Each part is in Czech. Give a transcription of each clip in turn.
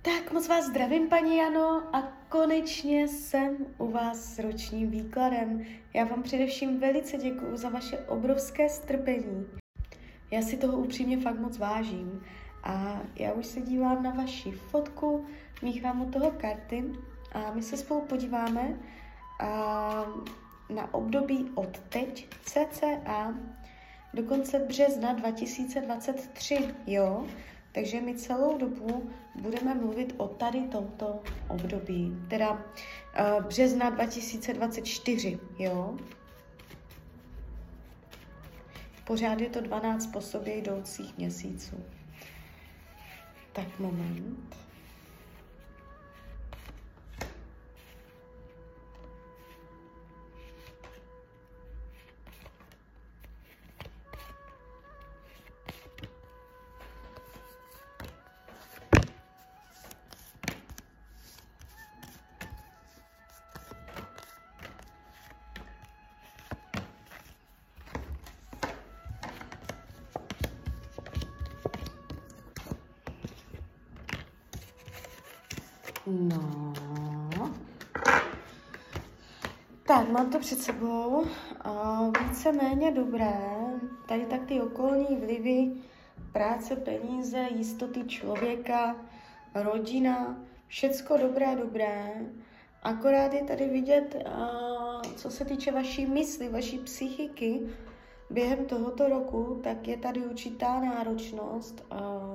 Tak moc vás zdravím, paní Jano, a konečně jsem u vás s ročním výkladem. Já vám především velice děkuju za vaše obrovské strpení. Já si toho upřímně fakt moc vážím. A já už se dívám na vaši fotku, míchám u toho karty a my se spolu podíváme na období od teď cca do konce března 2023, jo? Takže my celou dobu budeme mluvit o tady tomto období, teda března 2024, jo? Pořád je to 12 po sobě jdoucích měsíců. Tak moment. No, tak mám to před sebou, víceméně dobré, tady tak ty okolní vlivy, práce, peníze, jistoty člověka, rodina, všecko dobré, akorát je tady vidět, co se týče vaší mysli, vaší psychiky, během tohoto roku, tak je tady určitá náročnost,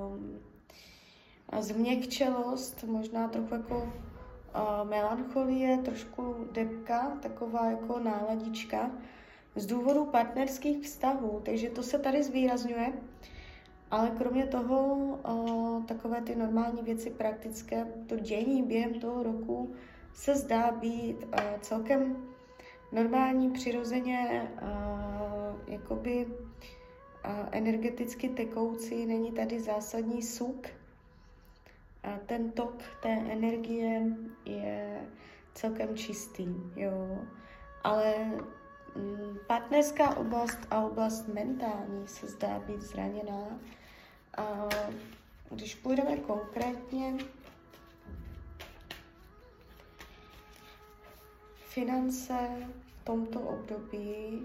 změkčelost, možná trochu jako melancholie, trošku depka, taková jako náladička z důvodu partnerských vztahů, takže to se tady zvýrazňuje, ale kromě toho takové ty normální věci praktické, to dění během toho roku se zdá být celkem normální, přirozeně jakoby energeticky tekoucí, není tady zásadní suk. A ten tok té energie je celkem čistý, jo. Ale partnerská oblast a oblast mentální se zdá být zraněná. A když půjdeme konkrétně, finance v tomto období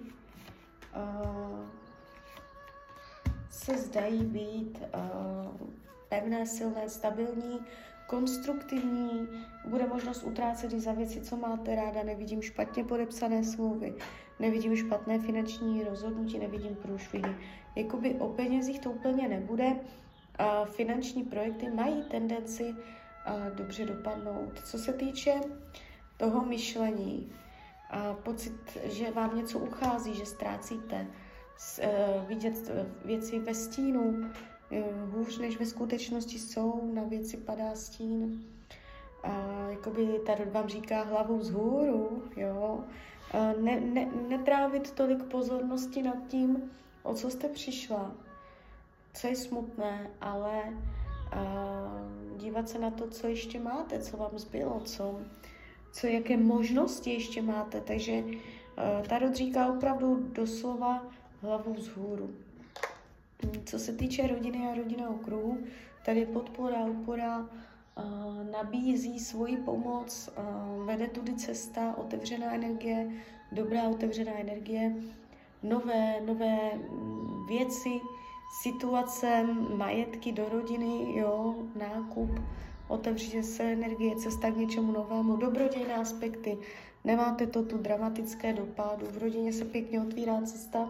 se zdají být pevné, silné, stabilní, konstruktivní, bude možnost utrácet i za věci, co máte ráda, nevidím špatně podepsané smlouvy, nevidím špatné finanční rozhodnutí, nevidím průšvihy. Jakoby o penězích to úplně nebude. Finanční projekty mají tendenci dobře dopadnout. Co se týče toho myšlení, pocit, že vám něco uchází, že ztrácíte, vidět věci ve stínu, hůř než ve skutečnosti jsou, na věci padá stín. Jakoby tarot vám říká hlavou vzhůru, jo. Netrávit tolik pozornosti nad tím, o co jste přišla, co je smutné, ale dívat se na to, co ještě máte, co vám zbylo, jaké možnosti ještě máte. Takže tarot říká opravdu doslova hlavu vzhůru. Co se týče rodiny a rodinného kruhu, tady podpora, opora, nabízí svoji pomoc, vede tudy cesta, otevřená energie, dobrá otevřená energie, nové věci, situace, majetky do rodiny, jo, nákup, otevřít se energie, cesta k něčemu novému, dobrodějné aspekty, nemáte to tu dramatické dopadu, v rodině se pěkně otvírá cesta,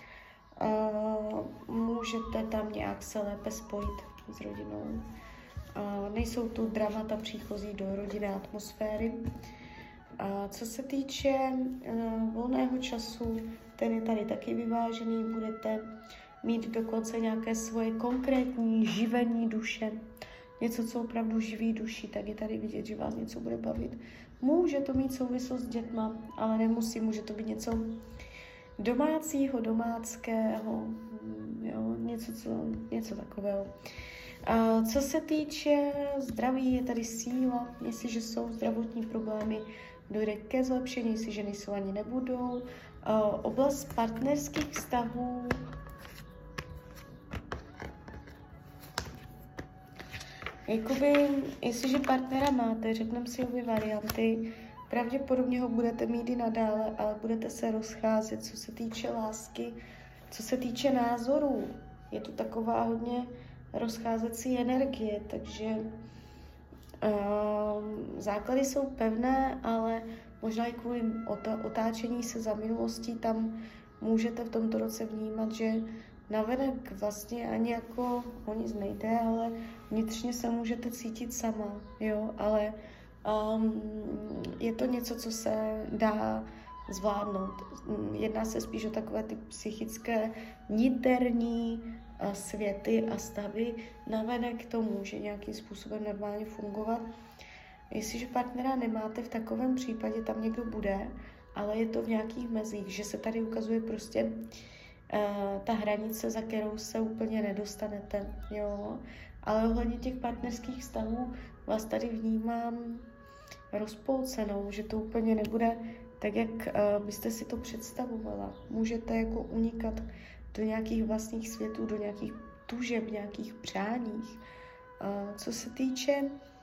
můžete tam nějak se lépe spojit s rodinou. Nejsou tu dramata příchozí do rodinné atmosféry. Co se týče volného času, ten je tady taky vyvážený, budete mít dokonce nějaké svoje konkrétní živení duše, něco, co opravdu živí duši, tak je tady vidět, že vás něco bude bavit. Může to mít souvislost s dětma, ale nemusí, může to být něco domácího, domáckého, jo, něco takového. Co se týče zdraví, je tady síla, jestliže jsou zdravotní problémy, dojde ke zlepšení, jestliže nejsou ani nebudou. Oblast partnerských vztahů Jakoby, jestliže partnera máte, řekneme si obě varianty, pravděpodobně ho budete mít i nadále, ale budete se rozcházet, co se týče lásky, co se týče názorů. Je to taková hodně rozcházecí energie, takže základy jsou pevné, ale možná i kvůli otáčení se za minulostí tam můžete v tomto roce vnímat, že navenek vlastně ani jako o nic nejde, ale vnitřně se můžete cítit sama, jo, ale je to něco, co se dá zvládnout. Jedná se spíš o takové ty psychické, niterní světy a stavy. Navenek to může nějakým způsobem normálně fungovat. Jestliže partnera nemáte, v takovém případě tam někdo bude, ale je to v nějakých mezích, že se tady ukazuje prostě ta hranice, za kterou se úplně nedostanete, jo. Ale ohledně těch partnerských vztahů vás tady vnímám rozpolcenou, že to úplně nebude tak, jak byste si to představovala. Můžete jako unikat do nějakých vlastních světů, do nějakých tužeb, nějakých přáních. Co se týče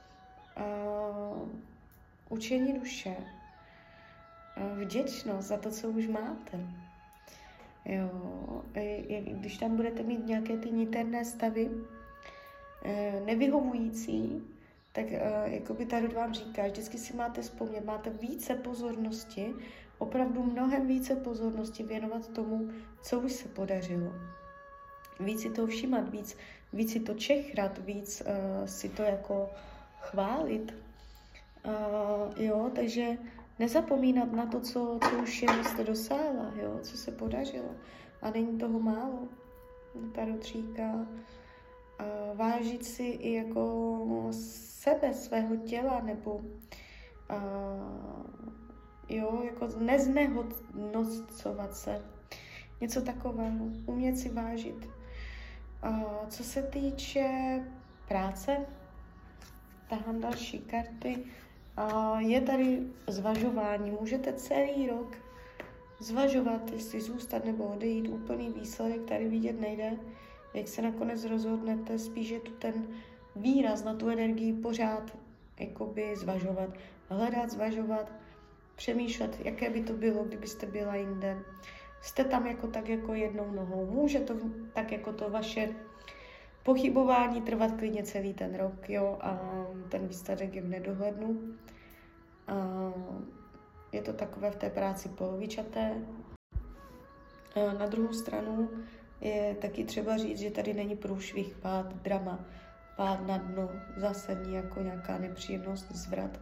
učení duše, vděčnost za to, co už máte. Jo, když tam budete mít nějaké ty niterné stavy, nevyhovující, tak jakoby Tarot vám říká, vždycky si máte vzpomnět, máte více pozornosti, opravdu mnohem více pozornosti věnovat tomu, co už se podařilo. Víc si to všímat, víc si to čechrat, víc si to jako chválit. Jo, takže nezapomínat na to, co už jen jste dosáhla, jo, co se podařilo. A není toho málo. Tarot říká, vážit si i jako sebe, svého těla, nebo jo, jako neznehodnocovat se. Něco takového. Umět si vážit. Co se týče práce, tahám další karty. Je tady zvažování. Můžete celý rok zvažovat, jestli zůstat nebo odejít. Úplný výsledek tady vidět nejde. Jak se nakonec rozhodnete, spíš je tu ten výraz na tu energii pořád jakoby zvažovat. Hledat, zvažovat, přemýšlet, jaké by to bylo, kdybyste byla jinde. Jste tam jako tak jako jednou nohou. Může to tak jako to vaše pochybování trvat klidně celý ten rok, jo, a ten výsledek je v nedohlednu. Je to takové v té práci polovičaté. Na druhou stranu je taky třeba říct, že tady není průšvih, pád, drama, pád na dno, zásadní jako nějaká nepříjemnost, zvrat.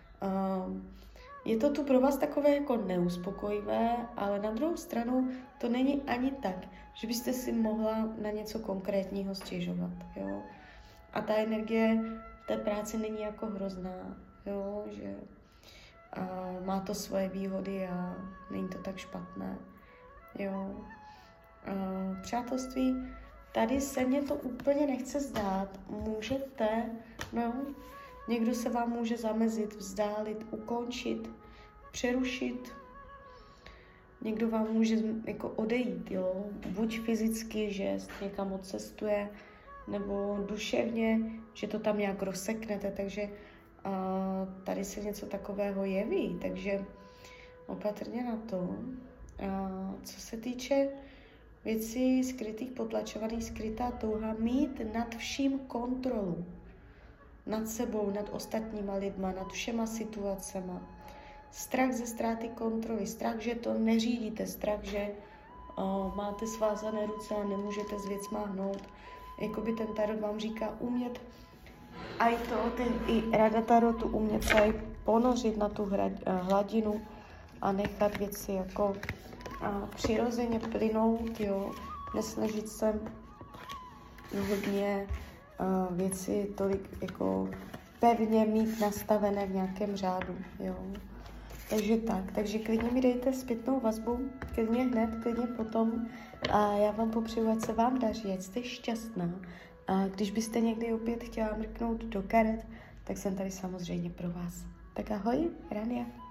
Je to tu pro vás takové jako neuspokojivé, ale na druhou stranu to není ani tak, že byste si mohla na něco konkrétního stěžovat, jo. A ta energie v té práci není jako hrozná, jo, že má to svoje výhody a není to tak špatné, jo. Přátelství, tady se mně to úplně nechce zdát. Můžete, no, někdo se vám může zamezit, vzdálit, ukončit, přerušit. Někdo vám může jako odejít, jo, buď fyzicky, že někam odcestuje, nebo duševně, že to tam nějak rozseknete, takže tady se něco takového jeví, takže opatrně na to. Co se týče věcí skrytých, potlačovaných, skrytá touha mít nad vším kontrolu. Nad sebou, nad ostatníma lidma, nad všema situacema. Strach ze ztráty kontroly, strach, že to neřídíte, strach, že máte svázané ruce a nemůžete s věcma hnout. Jakoby ten tarot vám říká umět, a i rada tarotu umět se aj ponořit na tu hladinu a nechat věci jako přirozeně plynout, jo, nesnažit se hodně věci tolik jako pevně mít nastavené v nějakém řádu, jo. Takže klidně mi dejte zpětnou vazbu, klidně hned, klidně potom a já vám popřeju, ať se vám daří, ať jste šťastná. A když byste někdy opět chtěla mrknout do karet, tak jsem tady samozřejmě pro vás. Tak ahoj, Rania.